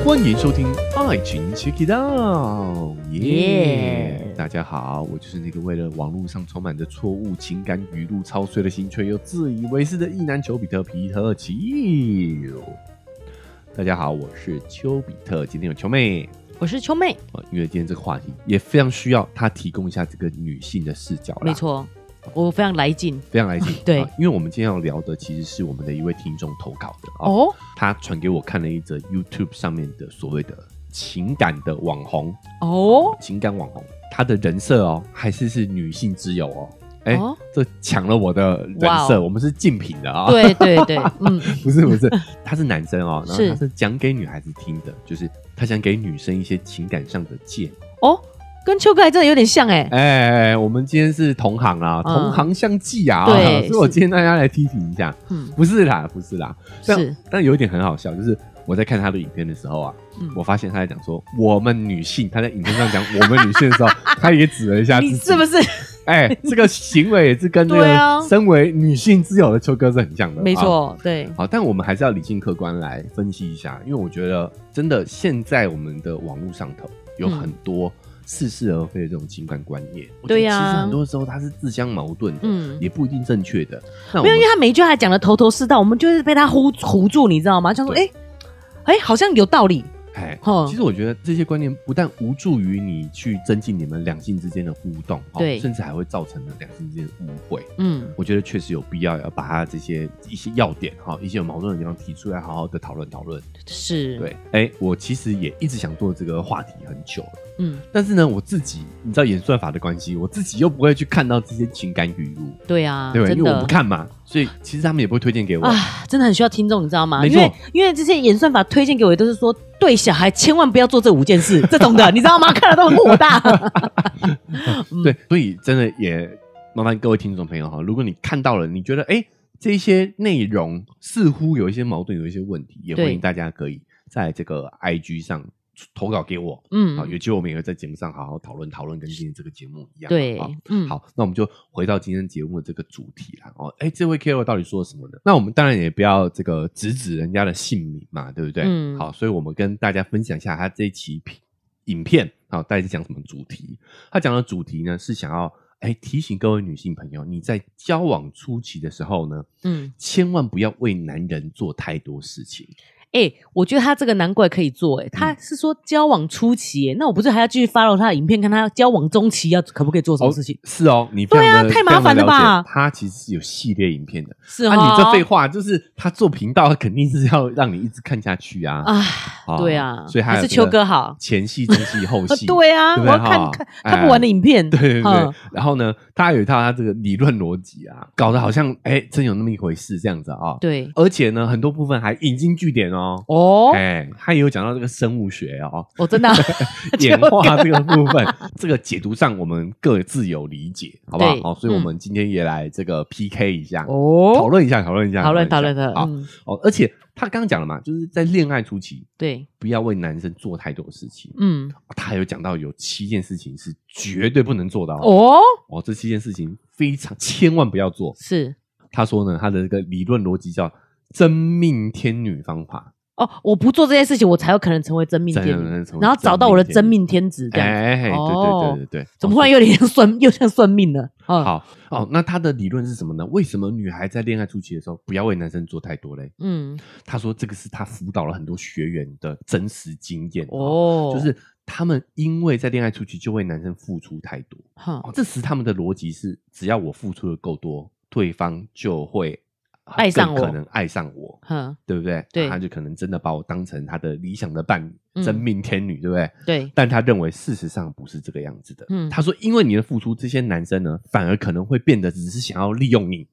欢迎收听爱情 Check It Out， 耶！大家好，我就是那个为了网络上充满着错误情感语录超衰的心，却又自以为是的意男丘比特皮特丘。大家好，我是丘比特，今天有丘妹， 我是丘妹。 因为今天这个话题也非常需要她提供一下这个女性的视角啦。 没错，我非常来劲， 非常来劲。 对， 因为我们今天要聊的其实是我们的一位听众投稿的哦， 他传给我看了一则 YouTube 上面的所谓的情感的网红哦， 情感网红，他的人设还是女性之友哦。这抢了我的人设，我们是竞品的啊。 对对对， 不是，他是男生哦，然后他是讲给女孩子听的，就是他想给女生一些情感上的建议哦。跟丘哥还真的有点像我们今天是同行啊，同行相忌啊， 对， 所以我今天大家来批评一下，不是啦，但有一点很好笑，就是我在看他的影片的时候啊，我发现他在讲说我们女性，他在影片上讲我们女性的时候，他也指了一下自己， 你是不是？ 这个行为也是跟这个身为女性之友的丘哥是很像的， 没错，对。 好，但我们还是要理性客观来分析一下，因为我觉得真的现在我们的网络上头有很多似是而非的这种情感观念， 对呀， 其实很多时候它是自相矛盾的，也不一定正确的。 没有，因为他每一句还讲的头头是道，我们就是被他唬住，你知道吗？想说，好像有道理。 其实我觉得这些观念不但无助于你去增进你们两性之间的互动，对，甚至还会造成两性之间的误会。我觉得确实有必要把它这些一些要点一些有矛盾的地方提出来，好好的讨论讨论。 是， 对，我其实也一直想做这个话题很久了，但是呢，我自己你知道演算法的关系，我自己又不会去看到这些情感语录。 对啊， 对，因为我不看嘛，所以其实他们也不会推荐给我。 真的很需要听众，你知道吗？ 没错， 因为这些演算法推荐给我都是说，对小孩千万不要做这5件事，这种的，你知道吗？看了都很火大。 对，所以真的也麻烦各位听众朋友如果你看到了，你觉得这些内容似乎有一些矛盾，有一些问题，也欢迎大家可以在这个 IG 上投稿给我，有机会我们也会在节目上好好讨论讨论，跟今天这个节目一样。 对， 好，那我们就回到今天节目的这个主题啦。这位 KOL 到底说了什么呢？那我们当然也不要这个指人家的姓名嘛，对不对？好，所以我们跟大家分享一下他这一期影片，大概是讲什么主题？他讲的主题呢是想要提醒各位女性朋友，你在交往初期的时候呢，千万不要为男人做太多事情。 我觉得他这个难怪可以做，他是说交往初期，那我不是还要继续 follow 他的影片，看他交往中期可不可以做什么事情？ 是你非常的太麻烦了吧？ 他其实是有系列影片的， 是你这废话，就是他做频道，他肯定是要让你一直看下去啊！ 对啊， 所以还是丘哥好， 前戏、中戏、后戏， 对啊，我要看不完的影片， 对。然后呢，他有一套他这个理论逻辑搞得好像真有那么一回事这样子对， 而且呢，很多部分还引经据典他也有讲到这个生物学真的演化这个部分，这个解读上我们各自有理解，好不好？所以我们今天也来这个 PK 一下，讨论一下。 讨论好，而且他刚刚讲了嘛，就是在恋爱初期， 对， 不要为男生做太多事情。他有讲到有7件事情是绝对不能做到的这7件事情非常千万不要做。 是他说呢，他的这个理论逻辑叫真命天女方法。 我不做这件事情，我才有可能成为真命天女，然后找到我的真命天子这样子。 对， 怎么忽然有点又像算命了？ 好，那他的理论是什么呢？为什么女孩在恋爱初期的时候不要为男生做太多嘞？他说这个是他辅导了很多学员的真实经验就是他们因为在恋爱初期就为男生付出太多，这时他们的逻辑是，只要我付出的够多，对方就会爱上我， 可能爱上我，对不对？ 对， 他就可能真的把我当成他的理想的伴侣，真命天女，对不对？ 对。 但他认为事实上不是这个样子的。他说，因为你的付出，这些男生呢，反而可能会变得只是想要利用你。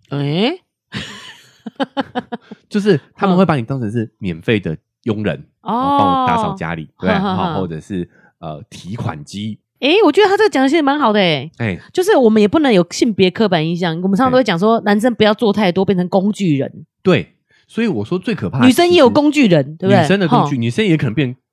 就是他们会把你当成是免费的佣人，帮我打扫家里，对，或者是提款机。 我觉得他这个讲的其实蛮好的就是我们也不能有性别刻板印象，我们常常都会讲说男生不要做太多，变成工具人。 对，所以我说最可怕的， 女生也有工具人，对不对？ 女生的工具，女生也可能变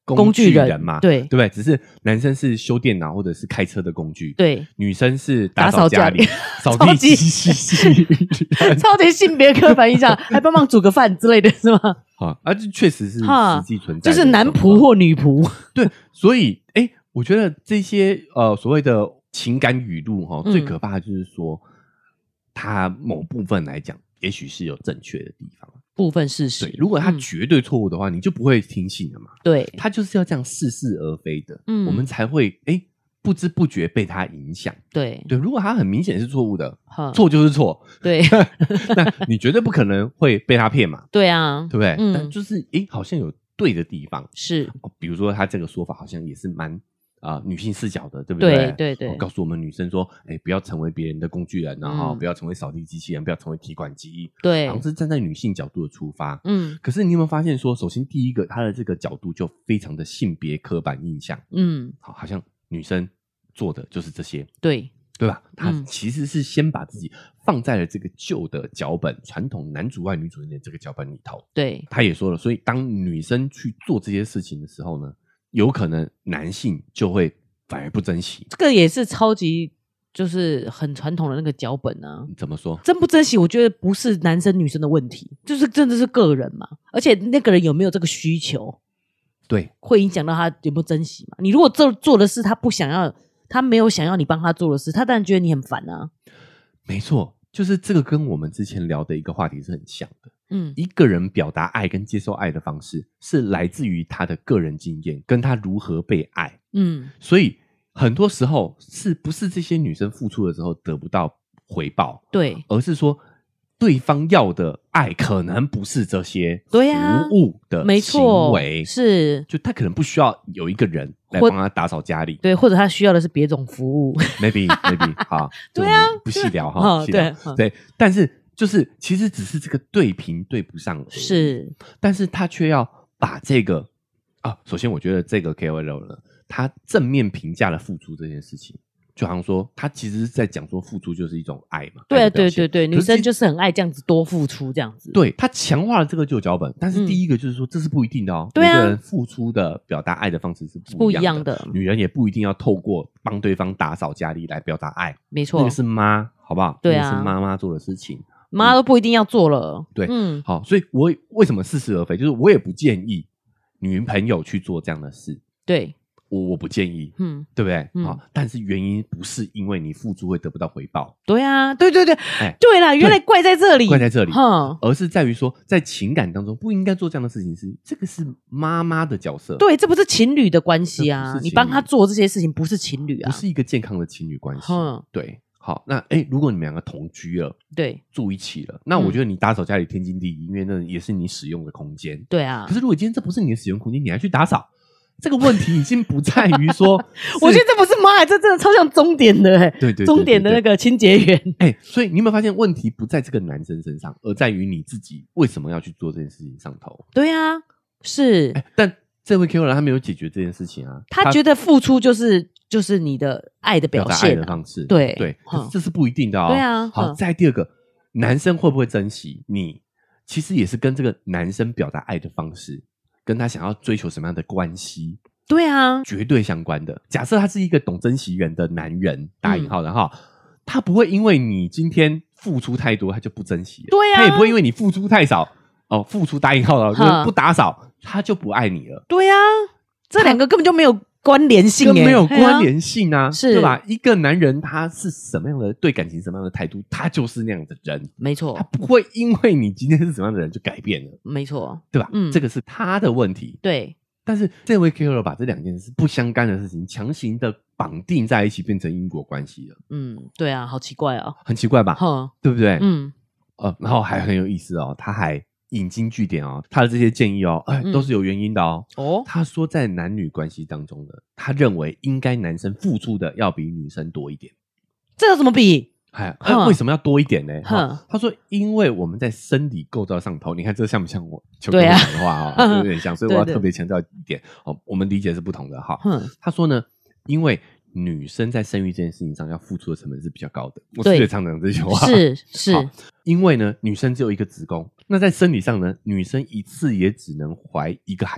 工具人嘛， 对不对？只是男生是修电脑或者是开车的工具， 对， 女生是打扫家里、扫地机器人， 超级性别刻板印象，还帮忙煮个饭之类的是吗？ 这确实是实际存在的， 就是男仆或女仆。 对，所以我觉得这些所谓的情感语录最可怕的就是说，它某部分来讲，也许是有正确的地方。 部分事实， 对，如果他绝对错误的话，你就不会听信了嘛。 对， 他就是要这样似是而非的，我们才会不知不觉被他影响。 对， 如果他很明显是错误的，错就是错。 对， 那你绝对不可能会被他骗嘛。 对啊， 对不对？但就是好像有对的地方是， 比如说他这个说法好像也是蛮女性视角的，对不对？ 对， 告诉我们女生说，不要成为别人的工具人，然后不要成为扫地机器人，不要成为提款机， 对， 好像是站在女性角度的出发。可是你有没有发现说，首先第一个，他的这个角度就非常的性别刻板印象，好像女生做的就是这些，对吧？他其实是先把自己放在了这个旧的脚本，传统男主外女主内的这个脚本里头。对，他也说了，所以当女生去做这些事情的时候呢，有可能男性就会反而不珍惜。这个也是超级就是很传统的那个脚本啊。 怎么说？ 珍不珍惜，我觉得不是男生女生的问题，就是真的是个人嘛。而且那个人有没有这个需求， 对， 会影响到他有没有珍惜嘛。你如果做的事他不想要，他没有想要你帮他做的事，他当然觉得你很烦啊。 没错，就是这个跟我们之前聊的一个话题是很像的。一个人表达爱跟接受爱的方式是来自于他的个人经验跟他如何被爱。所以很多时候是不是这些女生付出的时候得不到回报，对，而是说对方要的爱可能不是这些服务的行为，是就他可能不需要有一个人来帮他打扫家里， 对，或者他需要的是别种服务 maybe 好，对啊，不细聊哈，对，但是就是其实只是这个对平对不上而已，是，但是他却要把这个首先我觉得这个 KOL 呢，他正面评价了付出这件事情，就好像说他其实是在讲说付出就是一种爱嘛，对，女生就是很爱这样子多付出这样子，对，他强化了这个旧脚本，但是第一个就是说这是不一定的哦，每个人付出的表达爱的方式是不一样的，女人也不一定要透过帮对方打扫家里来表达爱，没错，那个是妈，好不好？对啊，那个是妈妈做的事情。 妈都不一定要做了， 对，好，所以我为什么似是而非？就是我也不建议女朋友去做这样的事，对，我不建议，对不对？好，但是原因不是因为你付出会得不到回报，对啊，对，对啦，原来怪在这里，而是在于说，在情感当中不应该做这样的事情，这个是妈妈的角色，对，这不是情侣的关系啊，你帮他做这些事情不是情侣啊，不是一个健康的情侣关系，对。好，那如果你们两个同居了，对，住一起了，那我觉得你打扫家里天经地义，因为那也是你使用的空间，对啊。可是如果今天这不是你的使用空间，你还去打扫，这个问题已经不在于说， 我觉得这不是妈，这真的超像钟点的，对，钟点的那个清洁员， 所以你有没有发现问题不在这个男生身上，而在于你自己为什么要去做这件事情上头？对啊，是，但这位 KOL 他没有解决这件事情啊， 他觉得付出就是你的爱的表现， 爱的方式， 对， 可是这是不一定的哦。 对啊， 好，再第二个，男生会不会珍惜你，其实也是跟这个男生表达爱的方式，跟他想要追求什么样的关系，对啊，绝对相关的。假设他是一个懂珍惜人的男人，打引号的哈，他不会因为你今天付出太多，他就不珍惜了，对啊，他也不会因为你付出太少，付出打引号的就是不打扫，他就不爱你了，对啊，这两个根本就没有关联性， 没有关联性啊，是对吧？一个男人他是什么样的对感情什么样的态度，他就是那样的人，没错，他不会因为你今天是什么样的人就改变了，没错，对吧？这个是他的问题，对。但是这位 KOL 把这两件事不相干的事情强行的绑定在一起，变成因果关系了。 对啊，好奇怪哦， 很奇怪吧？对不对？然后还很有意思哦，他还引经据典哦，他的这些建议哦，都是有原因的哦。他说在男女关系当中呢，他认为应该男生付出的要比女生多一点。 这有什么比？ 为什么要多一点呢？他说，因为我们在生理构造上头，你看这像不像我邱哥讲的话有点像，所以我要特别强调一点我们理解是不同的哈。他说呢，因为女生在生育这件事情上要付出的成本是比较高的，我是常讲这句话，是，因为呢，女生只有一个子宫，那在生理上呢，女生一次也只能怀一个孩子，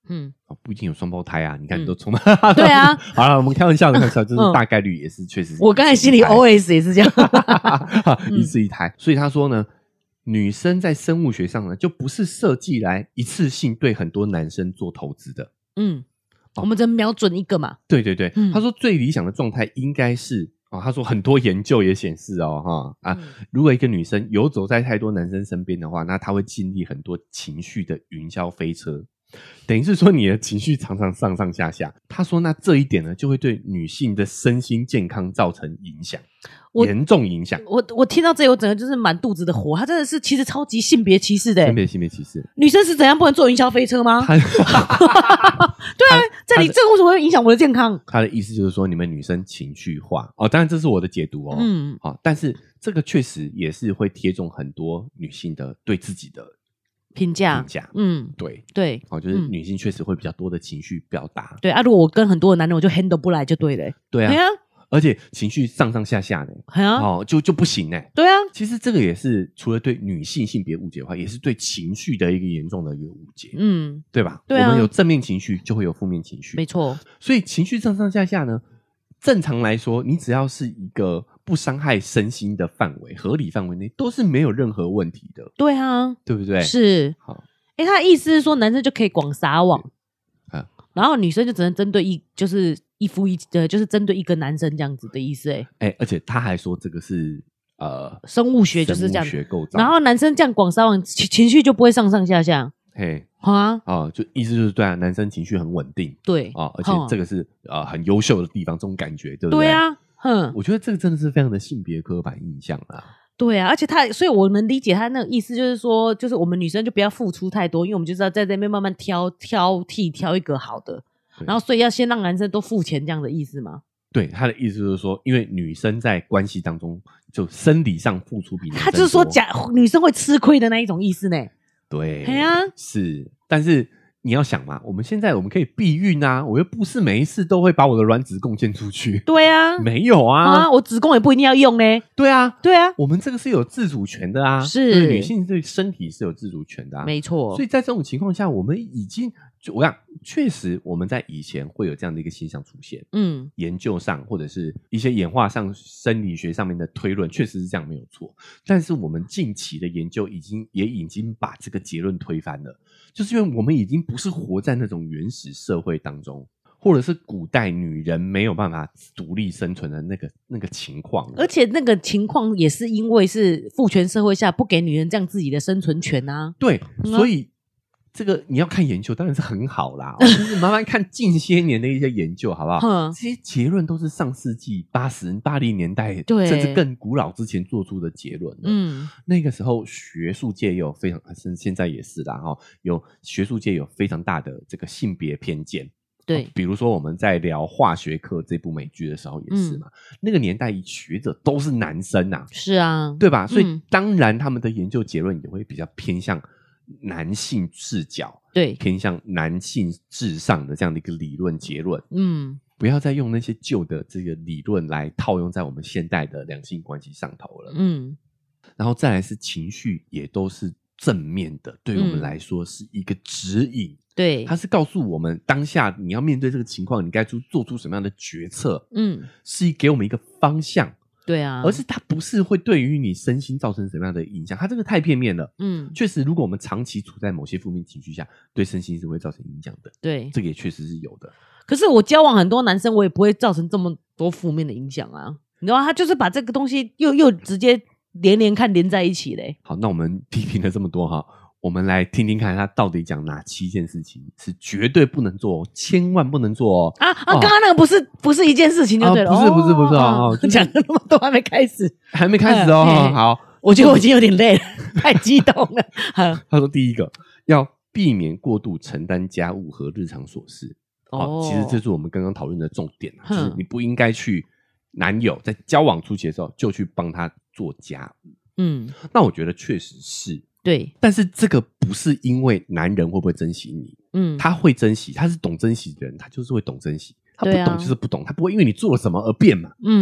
不一定有双胞胎啊，你看你都充满对啊， 好了，我们开玩笑的，就是大概率也是确实。 我刚才心里 OS 也是这样， 一次一胎。所以他说呢，女生在生物学上呢，就不是设计来一次性对很多男生做投资的。 我们只能瞄准一个嘛。 对对对，他说最理想的状态应该是他说很多研究也显示如果一个女生游走在太多男生身边的话，那她会经历很多情绪的云霄飞车，等于是说你的情绪常常上上下下。他说那这一点呢，就会对女性的身心健康造成影响，严重影响。 我听到这我整个就是满肚子的火，他真的是其实超级性别歧视的。 性别歧视， 女生是怎样不能坐云霄飞车吗？对啊，这个为什么会影响我的健康？ 他的意思就是说你们女生情绪化当然这是我的解读但是这个确实也是会贴中很多女性的对自己的评价。对就是女性确实会比较多的情绪表达。 对啊，如果我跟很多的男人我就 handle 不来就对了。 对啊，而且情绪上上下下的就不行对啊， 其实这个也是除了对女性性别误解的话，也是对情绪的一个严重的一个误解。对吧？对啊，我们有正面情绪就会有负面情绪， 没错。所以情绪上上下下呢，正常来说你只要是一个不伤害身心的范围，合理范围内都是没有任何问题的。 对啊， 对不对？ 是。好，他的意思是说男生就可以广撒网，然后女生就只能针对就是一夫一就是针对一个男生这样子的意思。 而且他还说这个是生物学就是这样学构造， 然后男生这样广撒网，情绪就不会上上下下。 就意思就是对啊，男生情绪很稳定。 对而且这个是很优秀的地方，这种感觉对不对？ 对啊， 我觉得这个真的是非常的性别刻板印象啊。 对啊，而且所以我能理解他那个意思，就是说，就是我们女生就不要付出太多，因为我们就知道在这边慢慢挑一个好的，然后所以要先让男生都付钱这样的意思吗？ 对，他的意思就是说，因为女生在关系当中就生理上付出比男生多， 他就是说女生会吃亏的那一种意思呢。 对，是，但是你要想嘛，我们可以避孕啊，我又不是每一次都会把我的卵子贡献出去。 对啊， 没有啊， 我子宫也不一定要用呢。对啊， 我们这个是有自主权的啊， 是女性对身体是有自主权的啊， 没错。 所以在这种情况下，我们已经我想确实我们在以前会有这样的一个现象出现，研究上或者是一些演化上生理学上面的推论确实是这样没有错，但是我们近期的研究已经把这个结论推翻了，就是因为我们已经不是活在那种原始社会当中，或者是古代女人没有办法独立生存的那个情况， 而且那个情况也是因为是父权社会下不给女人这样自己的生存权啊。 对，所以这个你要看研究当然是很好啦，就是慢慢看近些年的一些研究好不好？这些结论都是上世纪80年代甚至更古老之前做出的结论。那个时候学术界有非常，现在也是啦，有学术界有非常大的这个性别偏见。 对， 比如说我们在聊化学课这部美剧的时候也是嘛，那个年代学者都是男生啊， 是啊， 对吧？所以当然他们的研究结论也会比较偏向男性视角，对，偏向男性至上的这样的一个理论结论。不要再用那些旧的这个理论来套用在我们现代的两性关系上头了。然后再来是情绪也都是正面的，对于我们来说是一个指引。对，它是告诉我们当下你要面对这个情况，你该做出什么样的决策。是给我们一个方向。对啊，而是它不是会对于你身心造成什么样的影响，它这个太片面了。确实如果我们长期处在某些负面情绪下，对身心是会造成影响的。对，这个也确实是有的。可是我交往很多男生，我也不会造成这么多负面的影响啊，你知道吗？他就是把这个东西又直接连在一起嘞。好，那我们批评了这么多哈，我们来听听看他到底讲哪7件事情是绝对不能做，千万不能做哦。刚刚那个不是一件事情就对了。不是哦，讲了那么多还没开始哦。好，我觉得我已经有点累了，太激动了。他说第一个要避免过度承担家务和日常琐事。其实这是我们刚刚讨论的重点，就是你不应该去男友在交往初期的时候就去帮他做家务。那我觉得确实是对，但是这个不是因为男人会不会珍惜你，他会珍惜，他是懂珍惜的人，他就是会懂珍惜，他不懂就是不懂，他不会因为你做了什么而变嘛。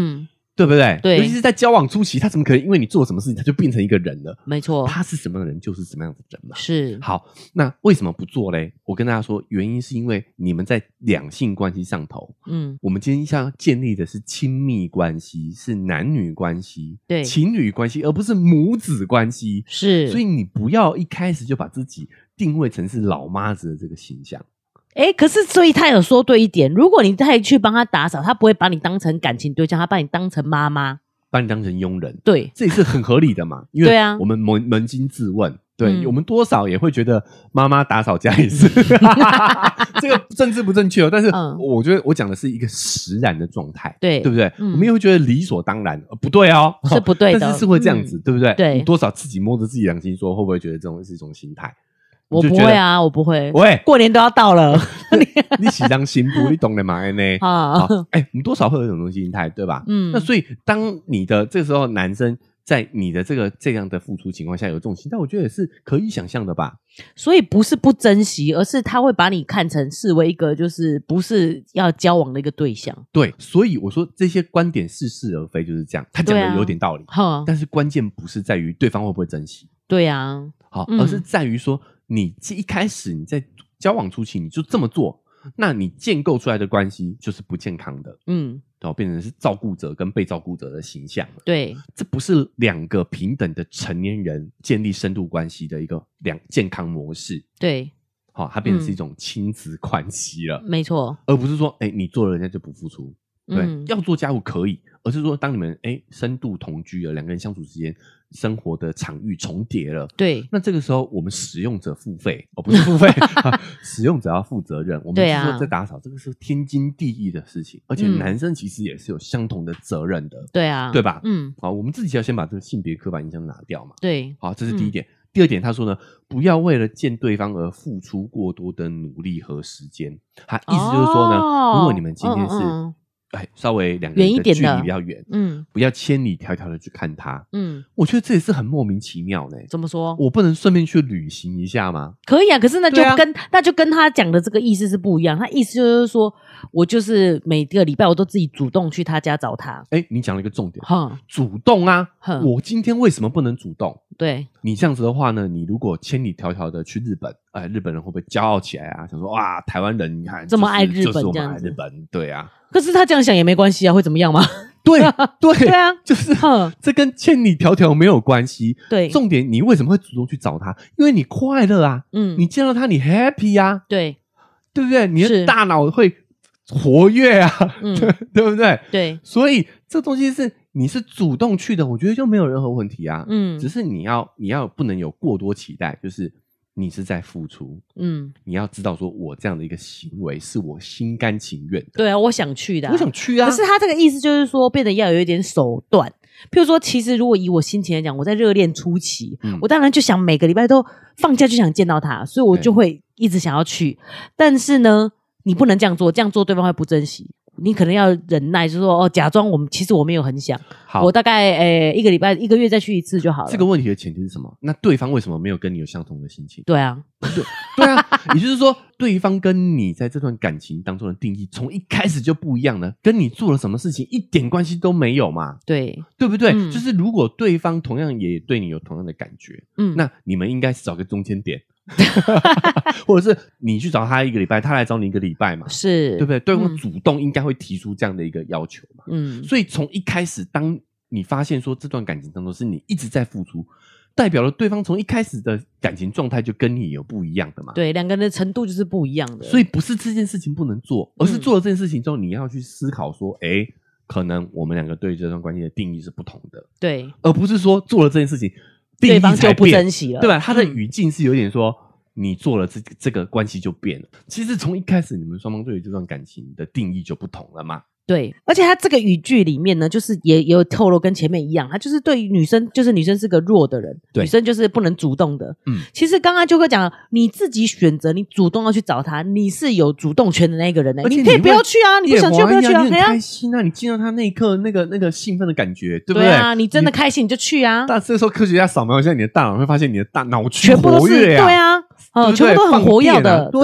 对不对？ 对， 尤其是在交往初期，他怎么可能因为你做什么事情他就变成一个人了？ 没错， 他是什么样的人就是什么样的人嘛。 是。 好，那为什么不做嘞？我跟大家说，原因是因为你们在两性关系上头，我们今天要建立的是亲密关系，是男女关系， 对， 情侣关系，而不是母子关系。 是， 所以你不要一开始就把自己定位成是老妈子的这个形象。 可是所以他有说对一点，如果你再去帮他打扫，他不会把你当成感情对象，他把你当成妈妈， 把你当成佣人， 对， 这也是很合理的嘛。因为我们扪心自问，对，我们多少也会觉得妈妈打扫家里是这个政治不正确但是我觉得我讲的是一个实然的状态，对不对？我们也会觉得理所当然，不对哦， 是不对的， 但是是会这样子，对不对？ 对， 你多少自己摸着自己良心说，会不会觉得这种是一种心态？ 我不会啊，我不会。 喂， 过年都要到了， 你喜当新妇，你懂得吗？呢啊，我们多少会有一种心态，对吧？那所以当你的这个时候，男生在你的这样的付出情况下有这种心态，我觉得也是可以想象的吧。 所以不是不珍惜，而是他会把你看成视为一个就是不是要交往的一个对象。 对，所以我说这些观点似是而非，就是这样。他讲的有点道理，但是关键不是在于对方会不会珍惜， 对啊， 好，而是在于说你一开始你在交往初期你就这么做，那你建构出来的关系就是不健康的，变成是照顾者跟被照顾者的形象了。 对， 这不是两个平等的成年人建立深度关系的一个健康模式。 对， 它变成是一种亲子关系了， 没错， 而不是说你做了人家就不付出。对，要做家务可以，而是说当你们深度同居了，两个人相处之间生活的场域重叠了， 对， 那这个时候我们使用者付费，不是付费使用者要负责任。我们是说在打扫，这个是天经地义的事情，而且男生其实也是有相同的责任的， 对啊， 对吧？好，我们自己要先把这个性别刻板印象拿掉嘛。 对， 好，这是第一点。第二点，他说呢，不要为了见对方而付出过多的努力和时间。他意思就是说呢，如果你们今天是稍微两个人的距离比较远，不要千里迢迢的去看他，我觉得这也是很莫名其妙呢。 怎么说？ 我不能顺便去旅行一下吗？ 可以啊，可是那就跟他讲的这个意思是不一样。他意思就是说，我就是每个礼拜我都自己主动去他家找他。 你讲了一个重点，主动啊！我今天为什么不能主动？ 对， 你这样子的话呢，你如果千里迢迢的去日本，日本人会不会骄傲起来啊？想说哇，台湾人你看这么爱日本， 就是我们爱日本，对啊。 可是他这样想也没关系啊，会怎么样吗？ 对对对啊， 就是这跟千里迢迢没有关系。 对， 重点你为什么会主动去找他？因为你快乐啊，你见到他你 happy 啊， 对不对？你的大脑会活跃啊，对不对？ 对， 所以这东西是你是主动去的，我觉得就没有任何问题啊。只是你要不能有过多期待，就是你是在付出，你要知道说我这样的一个行为是我心甘情愿的。 对啊，我想去的， 我想去啊。 可是他这个意思就是说，变得要有一点手段。譬如说，其实如果以我心情来讲，我在热恋初期，我当然就想每个礼拜都放假就想见到他，所以我就会一直想要去。但是呢，你不能这样做，这样做对方会不珍惜。你可能要忍耐，就是说假装其实我没有很想，我大概一个礼拜1个月再去一次就好了。 这个问题的前提是什么？那对方为什么没有跟你有相同的心情？ 对啊， 对啊，也就是说，对方跟你在这段感情当中的定义，从一开始就不一样了，跟你做了什么事情一点关系都没有嘛？ 对不对？就是如果对方同样也对你有同样的感觉，那你们应该是找个中间点。或者是你去找他1个礼拜，他来找你1个礼拜嘛， 是对不对？对方主动应该会提出这样的一个要求嘛。所以从一开始，当你发现说这段感情当中是你一直在付出，代表了对方从一开始的感情状态就跟你有不一样的嘛。 对，两个人的程度就是不一样的。 所以不是这件事情不能做，而是做了这件事情之后，你要去思考说，可能我们两个对这段关系的定义是不同的。 对， 而不是说做了这件事情。 对方就不珍惜了， 对吧？他的语境是有点说，你做了这个关系就变了。其实从一开始，你们双方对于这段感情的定义就不同了嘛。 对，而且他这个语句里面呢，就是也有透露跟前面一样，他就是对于女生，就是女生是个弱的人，女生就是不能主动的。其实刚刚就哥讲，你自己选择，你主动要去找他，你是有主动权的那个人呢。你可以不要去啊，你不想去就不要去啊， 你很开心啊，你见到他那一刻那个兴奋的感觉，对不对？ 对啊，你真的开心你就去啊。 但这个时候科学家扫描一下你的大脑，会发现你的大脑区活跃啊， 对啊，全部都很活跃的，对啊。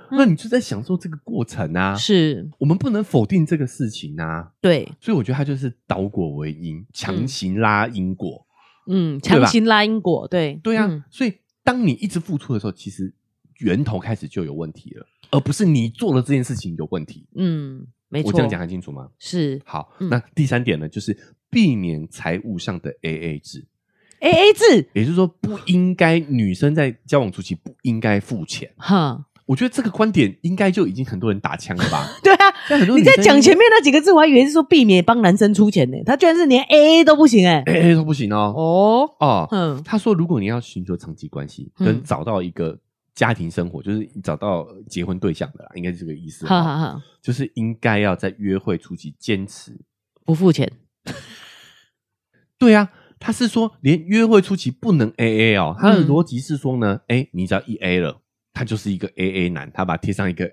那你就在享受这个过程啊。 是， 我们不能否定这个事情啊。 对， 所以我觉得它就是倒果为因，强行拉因果。 强行拉因果，对啊。所以当你一直付出的时候，其实源头开始就有问题了，而不是你做了这件事情有问题。 没错。 我这样讲很清楚吗？ 是。 好，那第3点呢，就是避免财务上的 AA 制。 AA 制， 也就是说，不应该女生在交往初期不应该付钱。我觉得这个观点应该就已经很多人打枪了吧？ 对啊，你在讲前面那几个字，我还以为是说避免帮男生出钱呢，他居然是连 AA 都不行 AA 都不行他说如果你要寻求长期关系，跟找到一个家庭生活，就是找到结婚对象的啦，应该是这个意思。就是应该要在约会初期坚持不付钱。 对啊。他是说连约会初期不能 AA 哦，他的逻辑是说呢，你只要一 A 了，他就是一个 AA 男，他把它贴上一个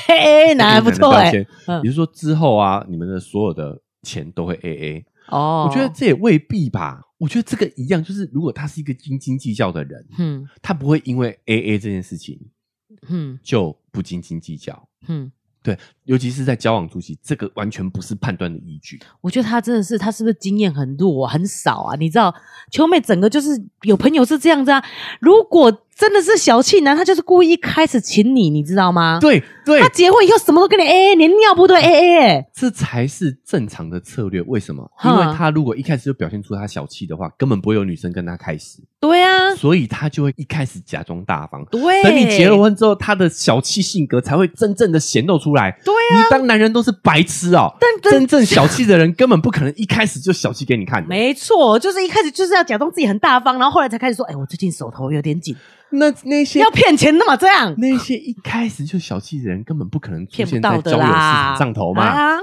AA 男不错也就是说之后啊，你们的所有的钱都会 AA。我觉得这也未必吧。我觉得这个一样，就是如果他是一个斤斤计较的人，他不会因为 AA 这件事情，就不斤斤计较。对，尤其是在交往初期，这个完全不是判断的依据。 我觉得他真的是，他是不是经验很弱很少啊？你知道，秋妹整个就是有朋友是这样子啊。如果真的是小气男，他就是故意一开始请你知道吗？ 对， 他结婚以后什么都跟你 AA， 连尿布都 AA， 这才是正常的策略。为什么？因为他如果一开始就表现出他小气的话，根本不会有女生跟他开始。 对啊， 所以他就会一开始假装大方。 对， 等你结了婚之后，他的小气性格才会真正的显露出来。 对啊， 你当男人都是白痴哦。但真正小气的人根本不可能一开始就小气给你看。 没错，就是一开始就是要假装自己很大方，然后后来才开始说，我最近手头有点紧。 那些要骗钱的嘛，这样那些一开始就小气的人根本不可能出现在交友市场上头嘛。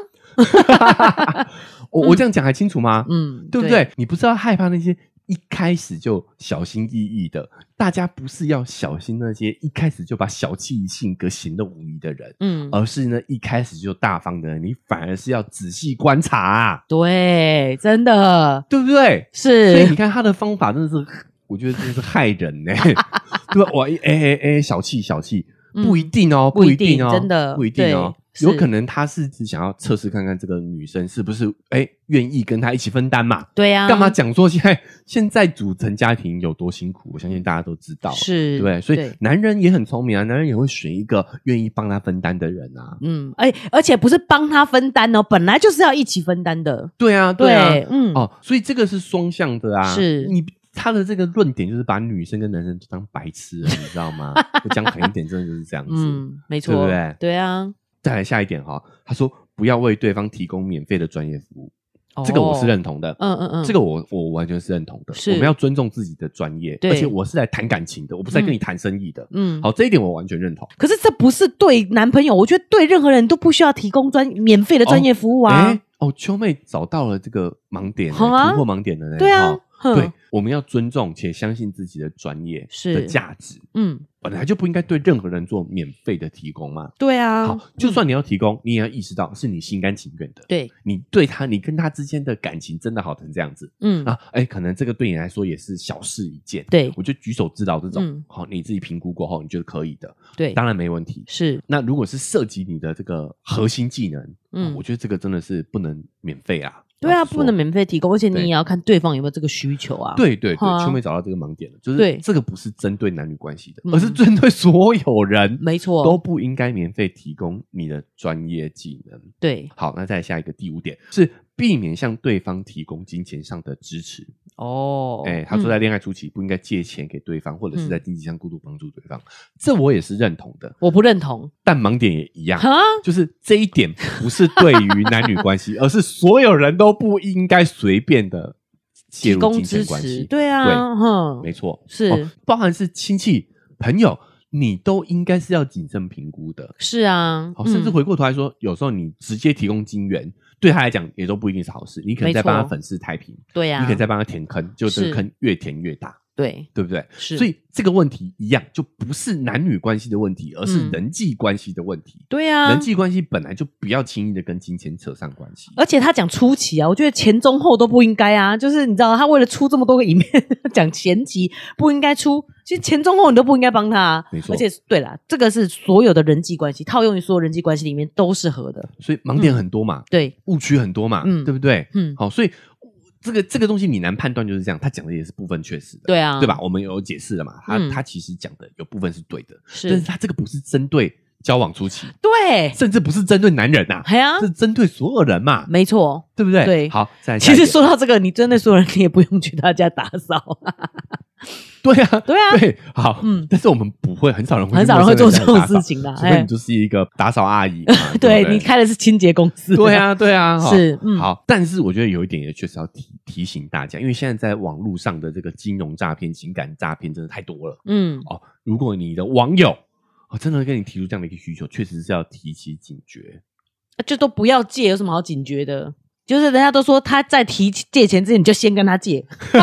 我这样讲还清楚吗？对不对？你不是要害怕那些一开始就小心翼翼的，大家不是要小心那些一开始就把小气性格显露无遗的人，而是呢一开始就大方的人，你反而是要仔细观察。 对，真的， 对不对？ 是。 所以你看他的方法真的是，我觉得真的是害人呢。对吧？哇，小气，不一定哦，不一定哦， 真的不一定哦。有可能他是只想要测试看看这个女生是不是愿意跟他一起分担嘛。 对啊， 干嘛讲说现在组成家庭有多辛苦，我相信大家都知道， 是， 对不对？所以男人也很聪明啊，男人也会选一个愿意帮他分担的人啊。 而且不是帮他分担哦，本来就是要一起分担的。 对啊，所以这个是双向的啊。 是他的这个论点就是把女生跟男生当白痴了，你知道吗？我讲狠一点，真的就是这样子。 没错， 对不对？ 对啊。 再来下一点哈，他说不要为对方提供免费的专业服务，这个我是认同的。这个我完全是认同的。我们要尊重自己的专业，而且我是来谈感情的，我不是来跟你谈生意的。好，这一点我完全认同。 可是这不是对男朋友，我觉得对任何人都不需要提供免费的专业服务啊。 秋妹找到了这个盲点，突破盲点的呢。 对啊。 对，我们要尊重且相信自己的专业的价值。本来就不应该对任何人做免费的提供嘛。 对啊。 好，就算你要提供，你也要意识到是你心甘情愿的。 对， 你跟他之间的感情真的好成这样子。可能这个对你来说也是小事一件。 对， 我就举手之劳这种。好，你自己评估过后，你觉得可以的， 对， 当然没问题。 是。 那如果是涉及你的这个核心技能，我觉得这个真的是不能免费啊。 对啊，不能免费提供，而且你也要看对方有没有这个需求啊。 对，秋妹找到这个盲点了，就是这个不是针对男女关系的，而是针对所有人。 没错， 都不应该免费提供你的专业技能。 对， 好，那再来下一个第5点是避免向对方提供金钱上的支持。他说在恋爱初期不应该借钱给对方，或者是在经济上过度帮助对方。这我也是认同的。 我不认同， 但盲点也一样，就是这一点不是对于男女关系，而是所有人都不应该随便的介入金钱关系。 对啊， 没错， 是包含是亲戚朋友，你都应该是要谨慎评估的。 是啊， 甚至回过头来说，有时候你直接提供金援，对他来讲也都不一定是好事。你可能在帮他粉饰太平， 对啊， 你可能在帮他填坑，就这个坑越填越大。 对不对？ 是， 所以这个问题一样，就不是男女关系的问题，而是人际关系的问题。 对啊， 人际关系本来就不要轻易的跟金钱扯上关系。 而且他讲初期啊，我觉得前中后都不应该啊。就是你知道，他为了出这么多个影片讲前期不应该出，其实前中后你都不应该帮他啊。 没错， 而且对啦，这个是所有的人际关系套用于所有人际关系里面都适合的。 所以盲点很多嘛， 对， 误区很多嘛，对不对？好，所以这个东西你难判断就是这样，他讲的也是部分确实的， 对啊， 对吧？我们有解释了嘛，他其实讲的有部分是对的， 是， 但是他这个不是针对交往初期， 对， 甚至不是针对男人呐，是针对所有人嘛， 没错， 对不对？ 对， 好，再来其实说到这个，你针对所有人，你也不用去他家打扫。 对啊， 对啊， 对，好，但是我们不会，很少人会做这种事情的， 除非你就是一个打扫阿姨嘛， 对你开的是清洁公司， 对啊，对啊， 是， 好，但是我觉得有一点也确实要提醒大家，因为现在在网络上的这个金融诈骗、情感诈骗真的太多了，如果你的网友真的跟你提出这样的一个需求，确实是要提起警觉， 就都不要借，有什么好警觉的？就是人家都说他在提借钱之前，你就先跟他借。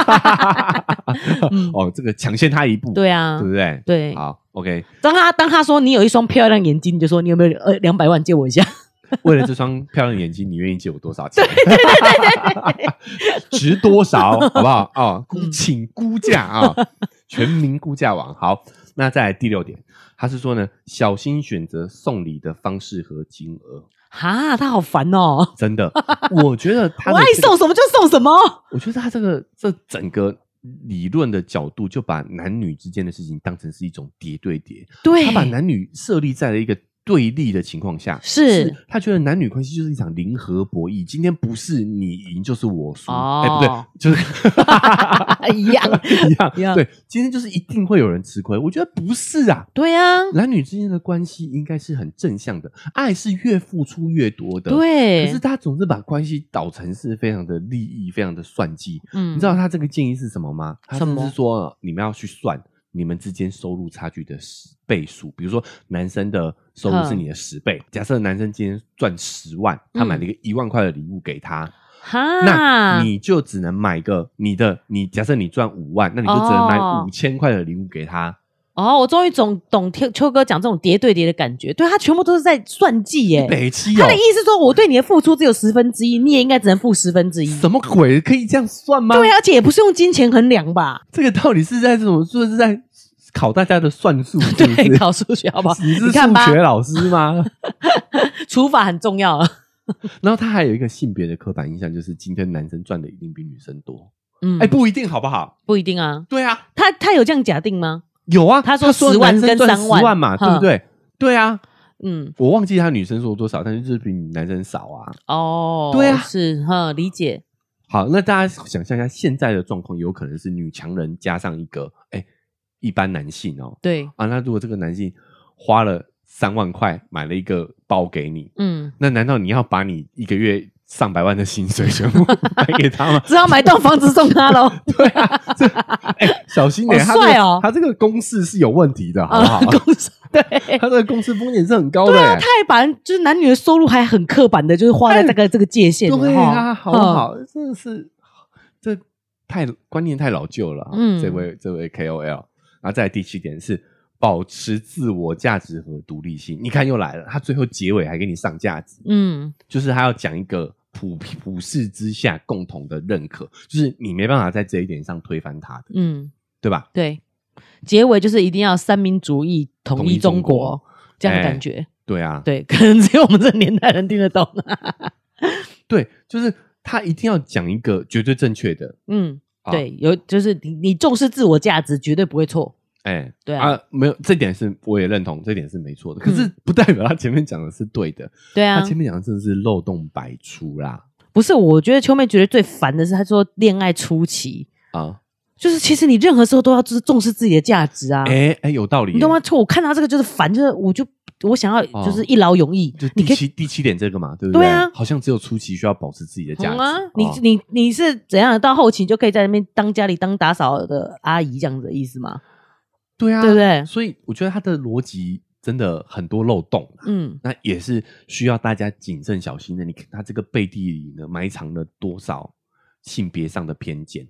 这个抢先他一步， 对啊， 对不对？ 对， 好 ，OK。 当他说你有一双漂亮眼睛，你就说你有没有200万借我一下？ 为了这双漂亮眼睛，你愿意借我多少钱？ 对， 值多少？好不好？请估价啊！全民估价网。好，那再来第6点，他是说呢，小心选择送礼的方式和金额。 哈，他好烦哦！ 真的，我觉得他我爱送什么就送什么。 我觉得他这整个理论的角度，就把男女之间的事情当成是一种叠对叠， 对， 他把男女设立在了一个对立的情况下， 是他觉得男女关系就是一场零和博弈，今天不是你赢就是我输，不对，就是一样， 对，今天就是一定会有人吃亏，我觉得不是啊， 对啊， 男女之间的关系应该是很正向的，爱是越付出越多的， 对， 可是他总是把关系导成是非常的利益，非常的算计，你知道他这个建议是什么吗？他甚至说你们要去算你们之间收入差距的10倍数，比如说男生的收入是你的10倍，假设男生今天赚10万，他买了一个1万块的礼物给他，那你就只能买个你假设你赚5万，那你就只能买5000块的礼物给他。 我终于懂秋哥讲这种叠对叠的感觉，对，他全部都是在算计耶。 北七他的意思说，我对你的付出只有1/10，你也应该只能付1/10。 什么鬼？可以这样算吗？ 对，而且也不是用金钱衡量吧？ 这个到底是在说是在考大家的算术？ 对，考数学好不好？ 你是数学老师吗？ 除法很重要。 然后他还有一个性别的刻板印象，就是今天男生赚的一定比女生多。不一定，好不好？ 不一定啊。 对啊， 他有这样假定吗？ 有啊， 他说10万跟3万 10万嘛，对不对？对啊，我忘记他女生说多少，但是就是比男生少啊。对啊， 是理解。 好，那大家想象一下，现在的状况有可能是女强人加上一个一般男性哦。 对啊，那如果这个男性花了3万块买了一个包给你，那难道你要把你一个月上百万的薪水全部买给他吗？ 只好买栋房子送他咯。 对啊，小心点，他这个公式是有问题的，好不好？ 公式对， 他这个公式风险是很高的。 对啊，他还把就是男女的收入还很刻板的，就是画在这个界限。 对啊，好不好？真的是这观念太老旧了。这位 KOL， 然后再来第7点是保持自我价值和独立性。你看又来了，他最后结尾还给你上价值，就是他要讲一个普世之下共同的认可，就是你没办法在这一点上推翻他的，对吧？ 对，结尾就是一定要三民主义统一中国这样的感觉。 对啊， 对，可能只有我们这个年代人听得懂。 对，就是他一定要讲一个绝对正确的， 对，就是你重视自我价值，绝对不会错。 对啊，没有这点是我也认同，这点是没错的。可是不代表他前面讲的是对的。 对啊， 他前面讲的真的是漏洞百出啦。 不是，我觉得秋妹觉得最烦的是他说恋爱初期就是其实你任何时候都要就是重视自己的价值啊。 有道理， 你懂吗？我看到这个就是烦，就是我想要就是一劳永逸。 就第7点这个嘛，对不对？ 对啊， 好像只有初期需要保持自己的价值。 你是怎样到后期你就可以在那边当家里当打扫的阿姨这样子的意思吗？ 对啊， 对不对？ 所以我觉得他的逻辑真的很多漏洞，那也是需要大家谨慎小心的。你看他这个背地里呢埋藏了多少性别上的偏见？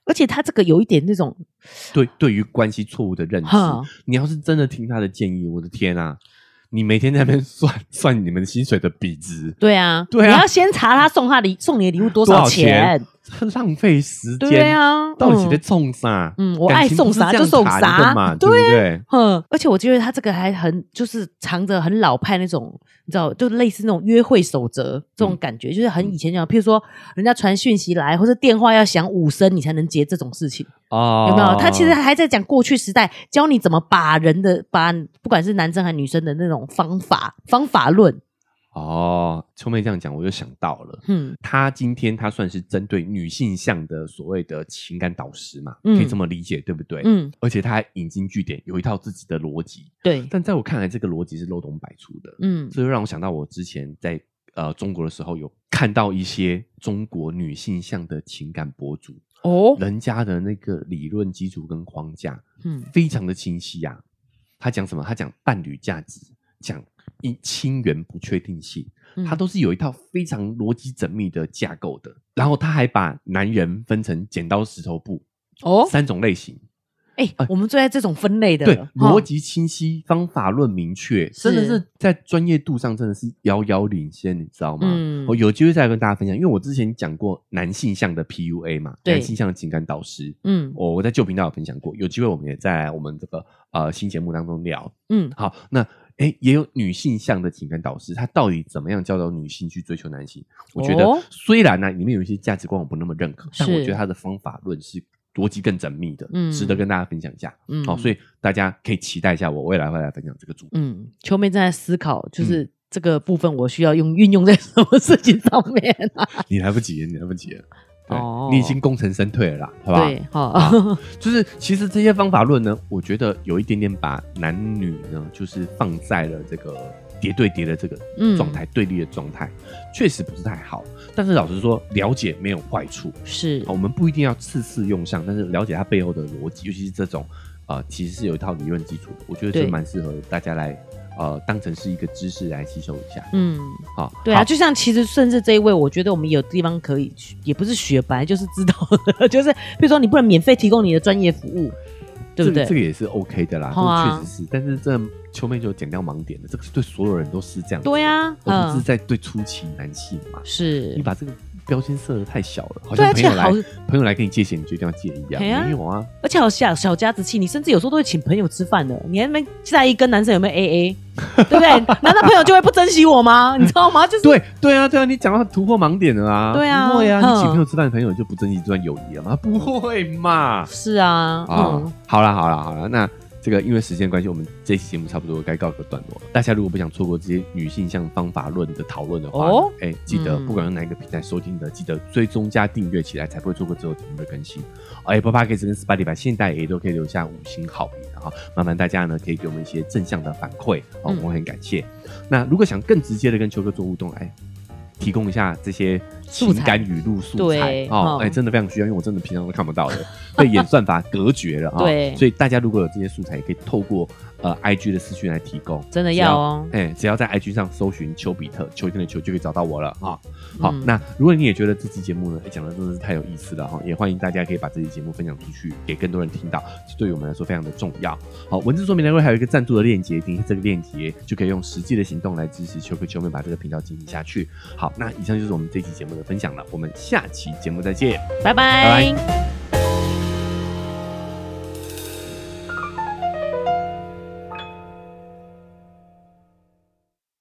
而且他这个有一点那种对于关系错误的认识，你要是真的听他的建议，我的天啊！你每天在那边算你们薪水的比值， 对啊，你要先查他送你的礼物多少钱， 浪费时间， 对啊， 到底在送啥？ 我爱送啥就送啥嘛，对不对？ 而且我觉得他这个还很就是藏着很老派那种，你知道，就类似那种约会守则这种感觉，就是很以前讲，譬如说人家传讯息来，或者电话要响5声你才能接这种事情。有没有？他其实还在讲过去时代，教你怎么把不管是男生还是女生的那种方法论。 秋妹这样讲，我就想到了，他今天他算是针对女性向的所谓的情感导师嘛，可以这么理解，对不对？而且他还引经据典，有一套自己的逻辑， 对。 但在我看来，这个逻辑是漏洞百出的，这就让我想到我之前在中国的时候有看到一些中国女性向的情感博主。人家的那个理论基础跟框架，非常的清晰啊。他讲什么？他讲伴侣价值，讲亲缘不确定性，他都是有一套非常逻辑缜密的架构的。然后他还把男人分成剪刀石头布3种类型。 我们最爱这种分类的， 对，逻辑清晰，方法论明确，真的是在专业度上真的是遥遥领先，你知道吗？我有机会再跟大家分享，因为我之前讲过男性向的 PUA 嘛，男性向的情感导师，我在旧频道有分享过，有机会我们也在我们这个新节目当中聊。好，那也有女性向的情感导师，他到底怎么样教导女性去追求男性？我觉得虽然呢里面有一些价值观我不那么认可，但我觉得他的方法论是逻辑更缜密的，值得跟大家分享一下。好，所以大家可以期待一下我未来会来分享这个主题。 秋妹正在思考，就是这个部分我需要运用在什么事情上面啊？ 你来不及了。你已经功成身退了啦，好不好？对，就是其实这些方法论呢，我觉得有一点点把男女呢，就是放在了这个叠对叠的这个状态，对立的状态，确实不是太好。但是老实说，了解没有坏处，是我们不一定要次用上，但是了解它背后的逻辑，尤其是这种其实是有一套理论基础的，我觉得是蛮适合大家来当成是一个知识来吸收一下。好，对啊， 就像其实甚至这一位，我觉得我们有地方可以，也不是学，本来就是知道的，就是比如说你不能免费提供你的专业服务。对不对？ 这个也是 OK 的啦，确实是。但是这秋妹就剪掉盲点了，这个是对所有人都是这样。 对啊， 而不是在对初期男性嘛。是你把这个标签设得太小了，好像朋友来跟你借钱，你就一定要借一样。没有啊， 而且好小家子气，你甚至有时候都会请朋友吃饭的，你还没在意跟男生有没有 AA， 对不对？难道朋友就会不珍惜我吗？你知道吗？就是对啊，你讲到突破盲点了啊！对啊，不会啊，你请朋友吃饭的朋友就不珍惜这段友谊了吗？不会嘛？ 是啊， 好了，那这个因为时间关系，我们这期节目差不多该告一个段落了。大家如果不想错过这些女性向方法论的讨论的话，记得不管用哪一个平台收听的，记得追踪加订阅起来，才不会错过之后节目的更新。Apple Podcast 跟 Spotify 现在也都可以留下5星好评，然后麻烦大家呢可以给我们一些正向的反馈，我们很感谢。那如果想更直接的跟秋哥做互动，提供一下这些情感语录素材真的非常需要，因为我真的平常都看不到的，被演算法隔绝了对，所以大家如果有这些素材，也可以透过IG 的私讯来提供， 真的要哦。 只要在 IG 上搜寻丘比特，秋天的秋就可以找到我了好，那如果你也觉得这期节目呢讲的真的是太有意思了也欢迎大家可以把这期节目分享出去，给更多人听到，这对于我们来说非常的重要。好，文字说明栏位还有一个赞助的链接，点击这个链接就可以用实际的行动来支持秋哥秋妹把这个频道经营下去。好，那以上就是我们这期节目的分享了，我们下期节目再见， 拜拜。